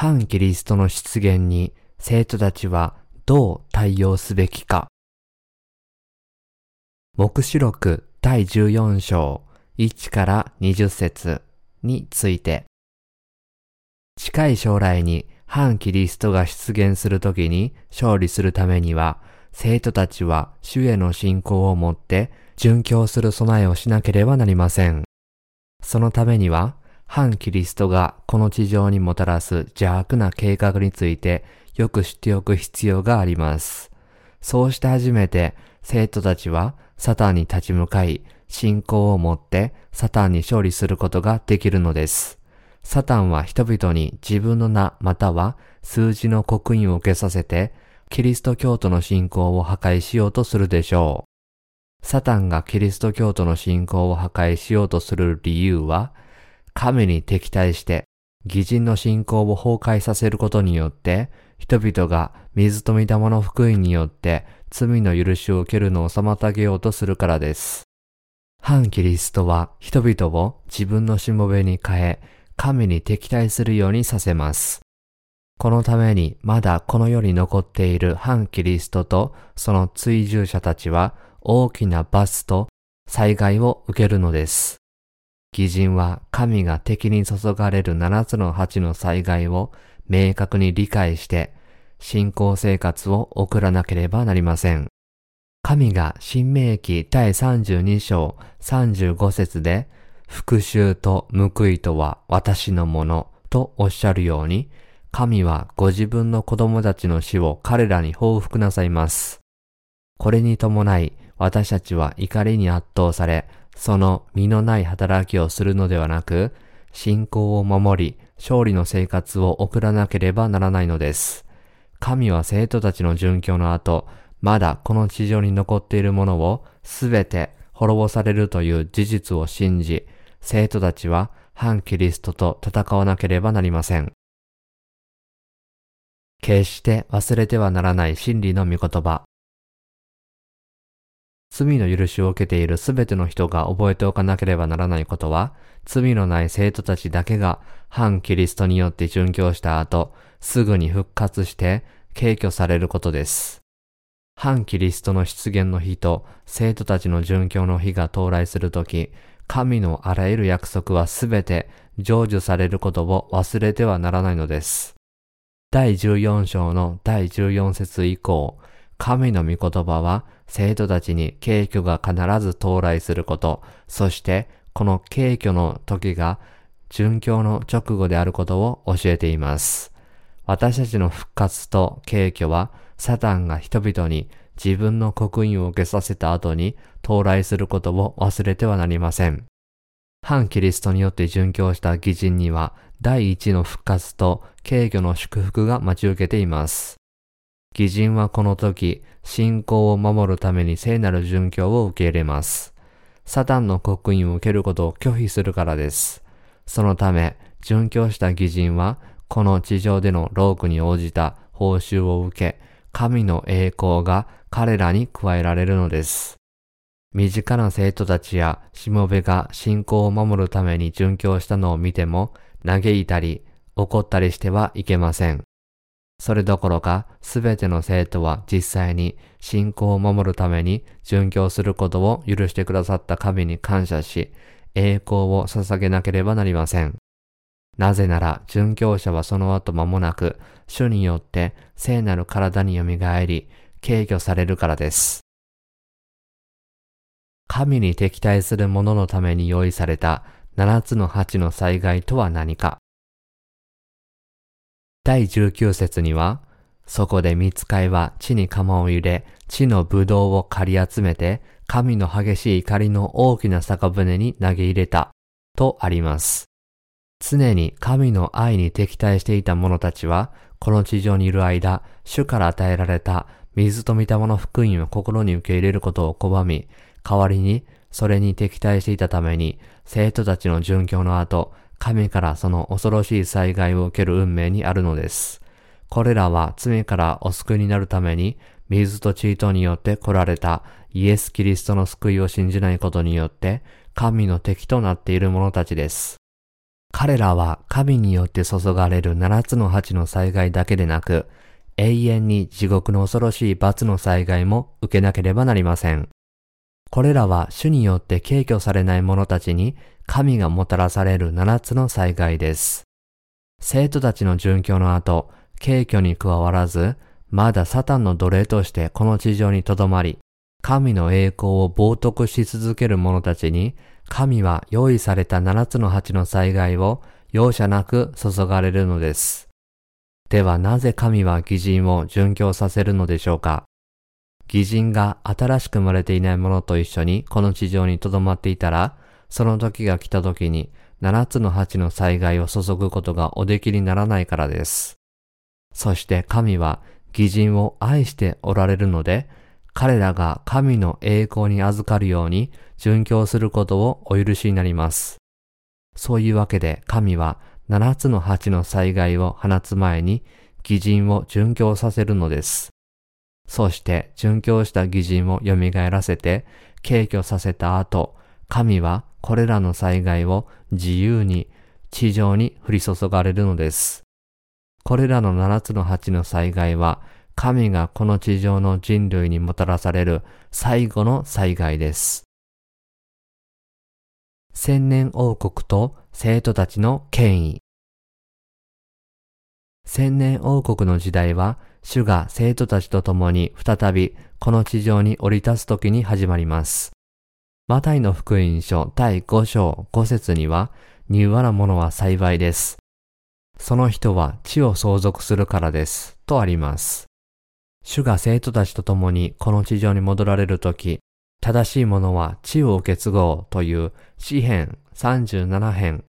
反キリストの出現に生徒たちはどう対応すべきか。黙示録第14章1から20節について。近い将来に反キリストが出現するときに勝利するためには、生徒たちは主への信仰を持って殉教する備えをしなければなりません。そのためには、反キリストがこの地上にもたらす邪悪な計画についてよく知っておく必要があります。そうして初めて生徒たちはサタンに立ち向かい、信仰を持ってサタンに勝利することができるのです。サタンは人々に自分の名または数字の刻印を受けさせて、キリスト教徒の信仰を破壊しようとするでしょう。サタンがキリスト教徒の信仰を破壊しようとする理由は、神に敵対して義人の信仰を崩壊させることによって、人々が水と御霊の福音によって罪の許しを受けるのを妨げようとするからです。反キリストは人々を自分のしもべに変え、神に敵対するようにさせます。このためにまだこの世に残っている反キリストとその追従者たちは大きな罰と災害を受けるのです。義人は神が敵に注がれる7つの8の災害を明確に理解して信仰生活を送らなければなりません。神が申命記第32章35節で復讐と報いとは私のものとおっしゃるように、神はご自分の子供たちの死を彼らに報復なさいます。これに伴い私たちは怒りに圧倒され、その身のない働きをするのではなく、信仰を守り、勝利の生活を送らなければならないのです。神は生徒たちの殉教の後、まだこの地上に残っているものをすべて滅ぼされるという事実を信じ、生徒たちは反キリストと戦わなければなりません。決して忘れてはならない真理の御言葉。罪の許しを受けているすべての人が覚えておかなければならないことは、罪のない生徒たちだけが反キリストによって殉教した後、すぐに復活して敬挙されることです。反キリストの出現の日と生徒たちの殉教の日が到来するとき、神のあらゆる約束はすべて成就されることを忘れてはならないのです。第14章の第14節以降、神の御言葉は生徒たちに敬挙が必ず到来すること、そしてこの敬挙の時が殉教の直後であることを教えています。私たちの復活と敬挙はサタンが人々に自分の刻印を受けさせた後に到来することを忘れてはなりません。反キリストによって殉教した義人には第一の復活と敬挙の祝福が待ち受けています。義人はこの時、信仰を守るために聖なる殉教を受け入れます。サタンの刻印を受けることを拒否するからです。そのため、殉教した義人は、この地上での労苦に応じた報酬を受け、神の栄光が彼らに加えられるのです。身近な生徒たちやしもべが信仰を守るために殉教したのを見ても、嘆いたり、怒ったりしてはいけません。それどころか、すべての生徒は実際に信仰を守るために殉教することを許してくださった神に感謝し、栄光を捧げなければなりません。なぜなら、殉教者はその後間もなく、主によって聖なる体によみがえり、敬挙されるからです。神に敵対する者のために用意された7つの8の災害とは何か。第19節には、そこで御使いは地に釜を入れ、地のブドウを刈り集めて、神の激しい怒りの大きな酒舟に投げ入れた、とあります。常に神の愛に敵対していた者たちは、この地上にいる間、主から与えられた水と御霊の福音を心に受け入れることを拒み、代わりにそれに敵対していたために、生徒たちの殉教の後、神からその恐ろしい災害を受ける運命にあるのです。これらは罪からお救いになるために、水と血とによって来られたイエス・キリストの救いを信じないことによって、神の敵となっている者たちです。 彼らは神によって注がれる7つの8の災害だけでなく、永遠に地獄の恐ろしい罰の災害も受けなければなりません。これらは主によって軽挙されない者たちに神がもたらされる7つの災害です。生徒たちの殉教の後、軽挙に加わらず、まだサタンの奴隷としてこの地上に留まり、神の栄光を冒涜し続ける者たちに、神は用意された7つの8の災害を容赦なく注がれるのです。ではなぜ神は義人を殉教させるのでしょうか。義人が新しく生まれていない者と一緒にこの地上に留まっていたら、その時が来た時に7つの8の災害を注ぐことがおできにならないからです。そして神は義人を愛しておられるので、彼らが神の栄光に預かるように殉教することをお許しになります。そういうわけで神は7つの8の災害を放つ前に義人を殉教させるのです。そして殉教した義人を蘇らせて軽挙させた後、神はこれらの災害を自由に地上に降り注がれるのです。これらの7つの8の災害は神がこの地上の人類にもたらされる最後の災害です。千年王国と生徒たちの権威。千年王国の時代は、主が生徒たちと共に再びこの地上に降り立つ時に始まります。マタイの福音書第5章5節には、柔和なものは幸いです。その人は地を相続するからです。とあります。主が生徒たちと共にこの地上に戻られるとき、正しい者は地を受け継ごうという詩編37編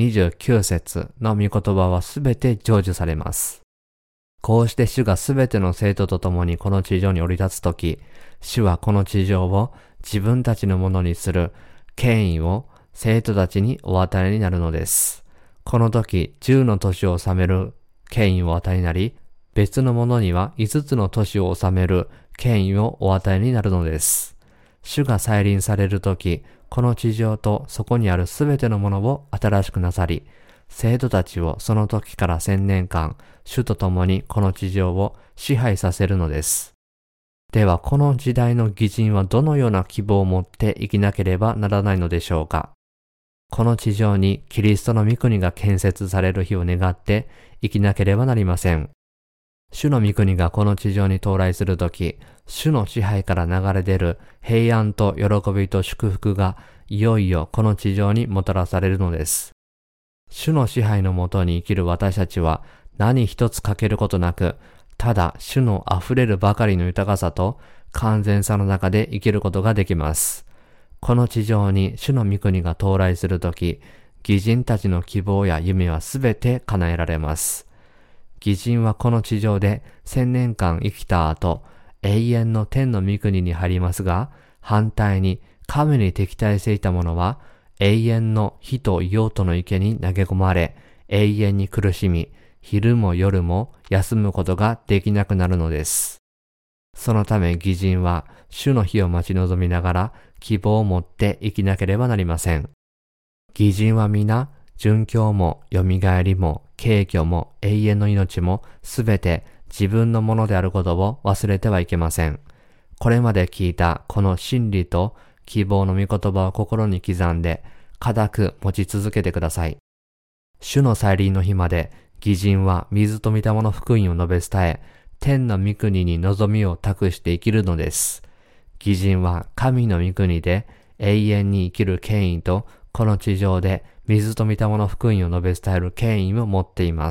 29節の御言葉はすべて成就されます。こうして主がすべての生徒と共にこの地上に降り立つとき、主はこの地上を自分たちのものにする権威を生徒たちにお与えになるのです。この時、10の年を治める権威をお与えになり、別の者には5つの年を治める権威をお与えになるのです。主が再臨されるとき、この地上とそこにあるすべてのものを新しくなさり、生徒たちをその時から1000年間、主と共にこの地上を支配させるのです。では、この時代の義人はどのような希望を持って生きなければならないのでしょうか。この地上にキリストの御国が建設される日を願って生きなければなりません。主の御国がこの地上に到来するとき、主の支配から流れ出る平安と喜びと祝福がいよいよこの地上にもたらされるのです。主の支配のもとに生きる私たちは何一つ欠けることなく、ただ主の溢れるばかりの豊かさと完全さの中で生きることができます。この地上に主の御国が到来するとき、義人たちの希望や夢はすべて叶えられます。義人はこの地上で1000年間生きた後、永遠の天の御国に入りますが、反対に神に敵対していた者は、永遠の火と硫黄との池に投げ込まれ、永遠に苦しみ、昼も夜も休むことができなくなるのです。そのため義人は、主の日を待ち望みながら、希望を持って生きなければなりません。義人は皆、殉教も、蘇りも、軽挙も、永遠の命も、すべて自分のものであることを忘れてはいけません。これまで聞いたこの真理と希望の御言葉を心に刻んで、固く持ち続けてください。主の再臨の日まで、義人は水と御霊の福音を述べ伝え、天の御国に望みを託して生きるのです。義人は神の御国で永遠に生きる権威と、この地上で水と御霊の福音を述べ伝える権威を持っています。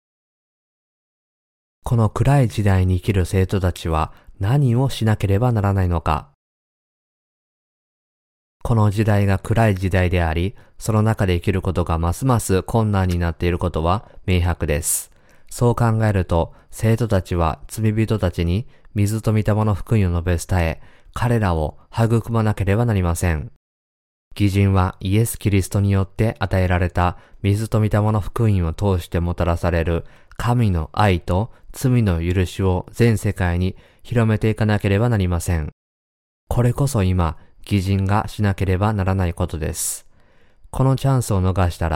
この暗い時代に生きる生徒たちは何をしなければならないのか。この時代が暗い時代であり、その中で生きることがますます困難になっていることは明白です。そう考えると、生徒たちは罪人たちに水と御霊の福音を述べ伝え、彼らを育まなければなりません。義人はイエス・キリストによって与えられた水と御霊の福音を通してもたらされる神の愛と罪の許しを全世界に広めていかなければなりません。これこそ今、義人がしなければならないことです。このチャンスを逃したら、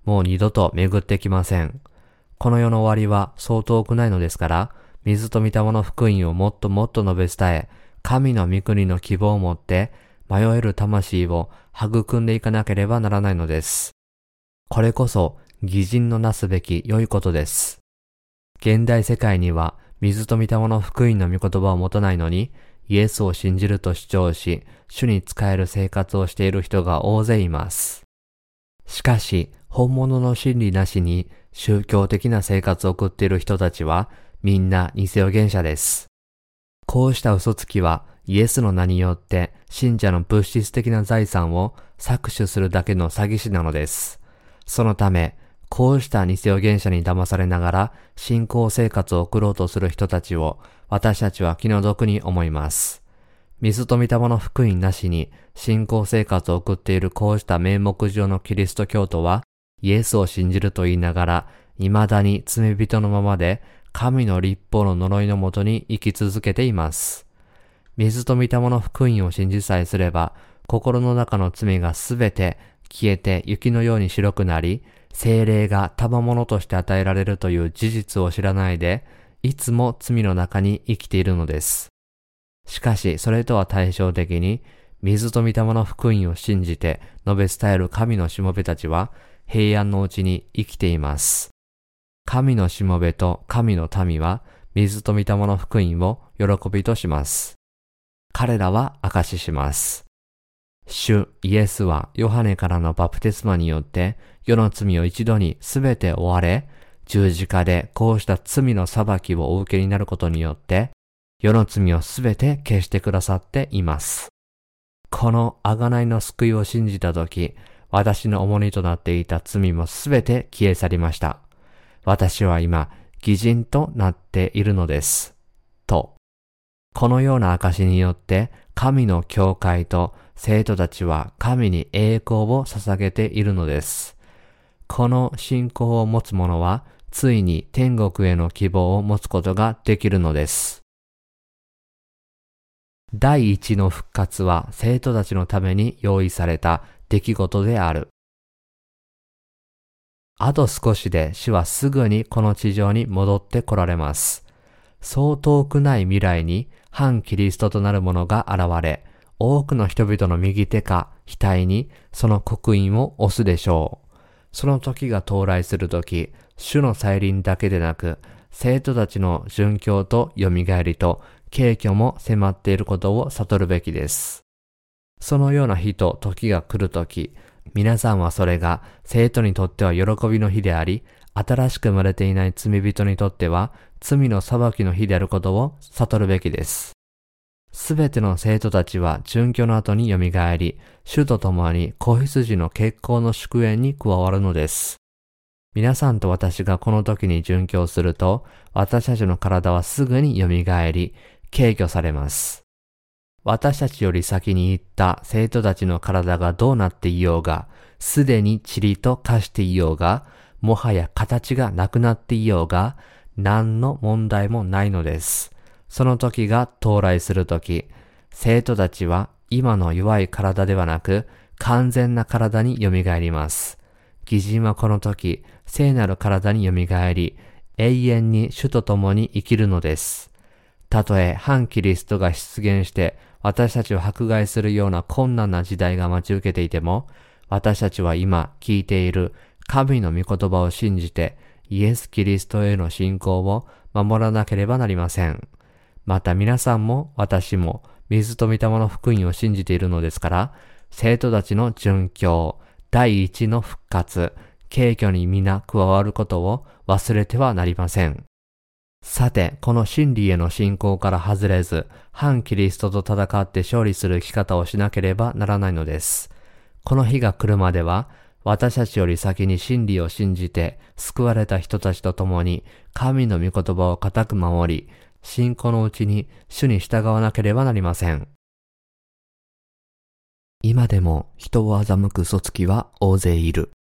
もう二度と巡ってきません。この世の終わりはそう遠くないのですから、水と御霊の福音をもっともっと述べ伝え、神の御国の希望を持って迷える魂を育んでいかなければならないのです。これこそ義人のなすべき良いことです。現代世界には水と御霊の福音の御言葉を持たないのに、イエスを信じると主張し、主に仕える生活をしている人が大勢います。しかし、本物の真理なしに宗教的な生活を送っている人たちは、みんな偽預言者です。こうした嘘つきは、イエスの名によって信者の物質的な財産を搾取するだけの詐欺師なのです。そのため、こうした偽預言者に騙されながら信仰生活を送ろうとする人たちを私たちは気の毒に思います。水と御霊の福音なしに信仰生活を送っているこうした名目上のキリスト教徒はイエスを信じると言いながら未だに罪人のままで神の律法の呪いのもとに生き続けています。水と御霊の福音を信じさえすれば心の中の罪がすべて消えて雪のように白くなり、聖霊が賜物として与えられるという事実を知らないで、いつも罪の中に生きているのです。しかし、それとは対照的に、水と御霊の福音を信じて述べ伝える神のしもべたちは、平安のうちに生きています。神のしもべと神の民は、水と御霊の福音を喜びとします。彼らは証しします。主イエスはヨハネからのバプテスマによって世の罪を一度にすべて追われ、十字架でこうした罪の裁きをお受けになることによって世の罪をすべて消してくださっています。この贖いの救いを信じたとき、私の重荷となっていた罪もすべて消え去りました。私は今義人となっているのです。と、このような証によって神の教会と生徒たちは神に栄光を捧げているのです。この信仰を持つ者は、ついに天国への希望を持つことができるのです。第一の復活は生徒たちのために用意された出来事である。あと少しで主はすぐにこの地上に戻って来られます。そう遠くない未来に反キリストとなる者が現れ、多くの人々の右手か額にその刻印を押すでしょう。その時が到来するとき、主の再臨だけでなく、生徒たちの殉教と蘇りと景挙も迫っていることを悟るべきです。そのような日と時が来るとき、皆さんはそれが生徒にとっては喜びの日であり、新しく生まれていない罪人にとっては罪の裁きの日であることを悟るべきです。すべての生徒たちは殉教の後に蘇り、主と共に子羊の結婚の祝宴に加わるのです。皆さんと私がこの時に殉教すると、私たちの体はすぐに蘇り、敬挙されます。私たちより先に行った生徒たちの体がどうなっていようが、すでに塵と化していようが、もはや形がなくなっていようが、何の問題もないのです。その時が到来する時、生徒たちは今の弱い体ではなく、完全な体に蘇ります。義人はこの時、聖なる体に蘇り、永遠に主と共に生きるのです。たとえ反キリストが出現して私たちを迫害するような困難な時代が待ち受けていても、私たちは今聞いている神の御言葉を信じてイエス・キリストへの信仰を守らなければなりません。また皆さんも私も水と御霊の福音を信じているのですから、生徒たちの殉教、第一の復活、敬挙に皆加わることを忘れてはなりません。さて、この真理への信仰から外れず、反キリストと戦って勝利する生き方をしなければならないのです。この日が来るまでは、私たちより先に真理を信じて救われた人たちと共に神の御言葉を固く守り、信仰のうちに主に従わなければなりません。今でも人を欺く嘘つきは大勢いる。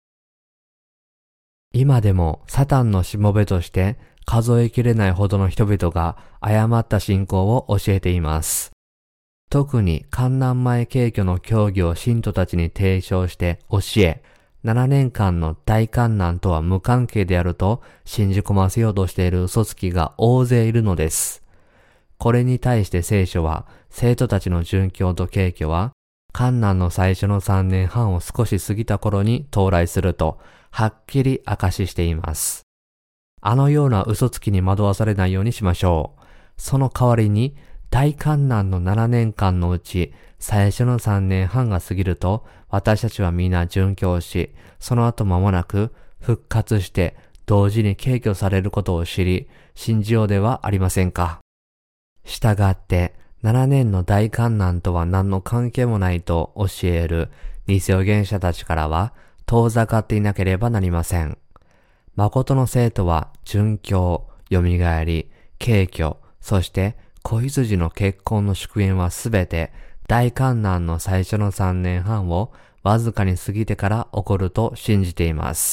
今でもサタンのしもべとして数えきれないほどの人々が誤った信仰を教えています。特に観覧前敬虚の教義を信徒たちに提唱して教え、 7年間の大観難とは無関係であると信じ込ませようとしている嘘つきが大勢いるのです。これに対して聖書は、生徒たちの殉教と敬虚は、観難の最初の3年半を少し過ぎた頃に到来すると、はっきり明かししています。あのような嘘つきに惑わされないようにしましょう。その代わりに、大観難の7年間のうち、最初の3年半が過ぎると、私たちは皆殉教し、その後間もなく復活して、同時に敬虚されることを知り、信じようではありませんか。したがって、7年の大観難とは何の関係もないと教える偽預言者たちからは遠ざかっていなければなりません。誠の生徒は殉教、蘇り、敬虚、そして子羊の結婚の祝宴はすべて大観難の最初の3年半をわずかに過ぎてから起こると信じています。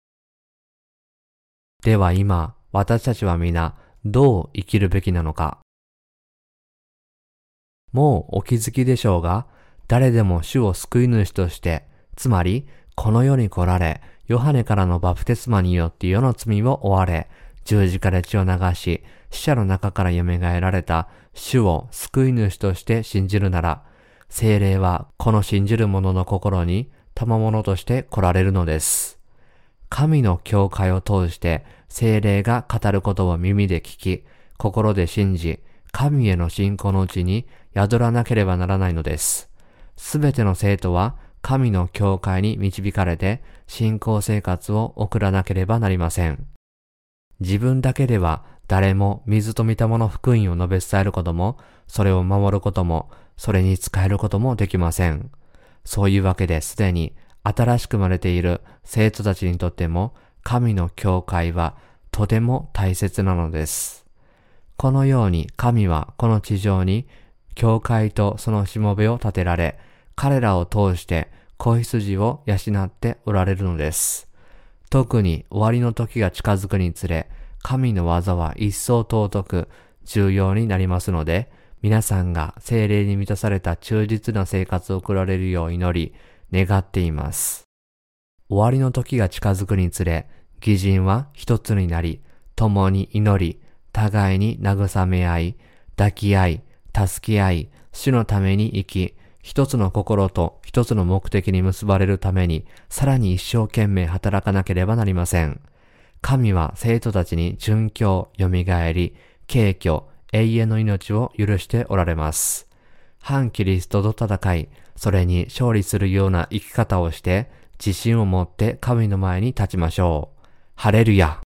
では今、私たちは皆どう生きるべきなのか。もうお気づきでしょうが、誰でも主を救い主として、つまりこの世に来られ、ヨハネからのバプテスマによって世の罪を負われ、十字架で血を流し、死者の中から蘇られた主を救い主として信じるなら、聖霊はこの信じる者の心に賜物として来られるのです。神の教会を通して聖霊が語ることを耳で聞き、心で信じ、神への信仰のうちに宿らなければならないのです。すべての生徒は神の教会に導かれて信仰生活を送らなければなりません。自分だけでは誰も水と御霊の福音を述べ伝えることも、それを守ることも、それに仕えることもできません。そういうわけですでに新しく生まれている生徒たちにとっても神の教会はとても大切なのです。このように神はこの地上に教会とそのしもべを立てられ、彼らを通して子羊を養っておられるのです。特に終わりの時が近づくにつれ、神の技は一層尊く重要になりますので、皆さんが聖霊に満たされた忠実な生活を送られるよう祈り、願っています。終わりの時が近づくにつれ、義人は一つになり、共に祈り、互いに慰め合い、抱き合い、助け合い、主のために生き、一つの心と一つの目的に結ばれるために、さらに一生懸命働かなければなりません。神は生徒たちに殉教、蘇り、敬虚、永遠の命を許しておられます。反キリストと戦い、それに勝利するような生き方をして、自信を持って神の前に立ちましょう。ハレルヤ。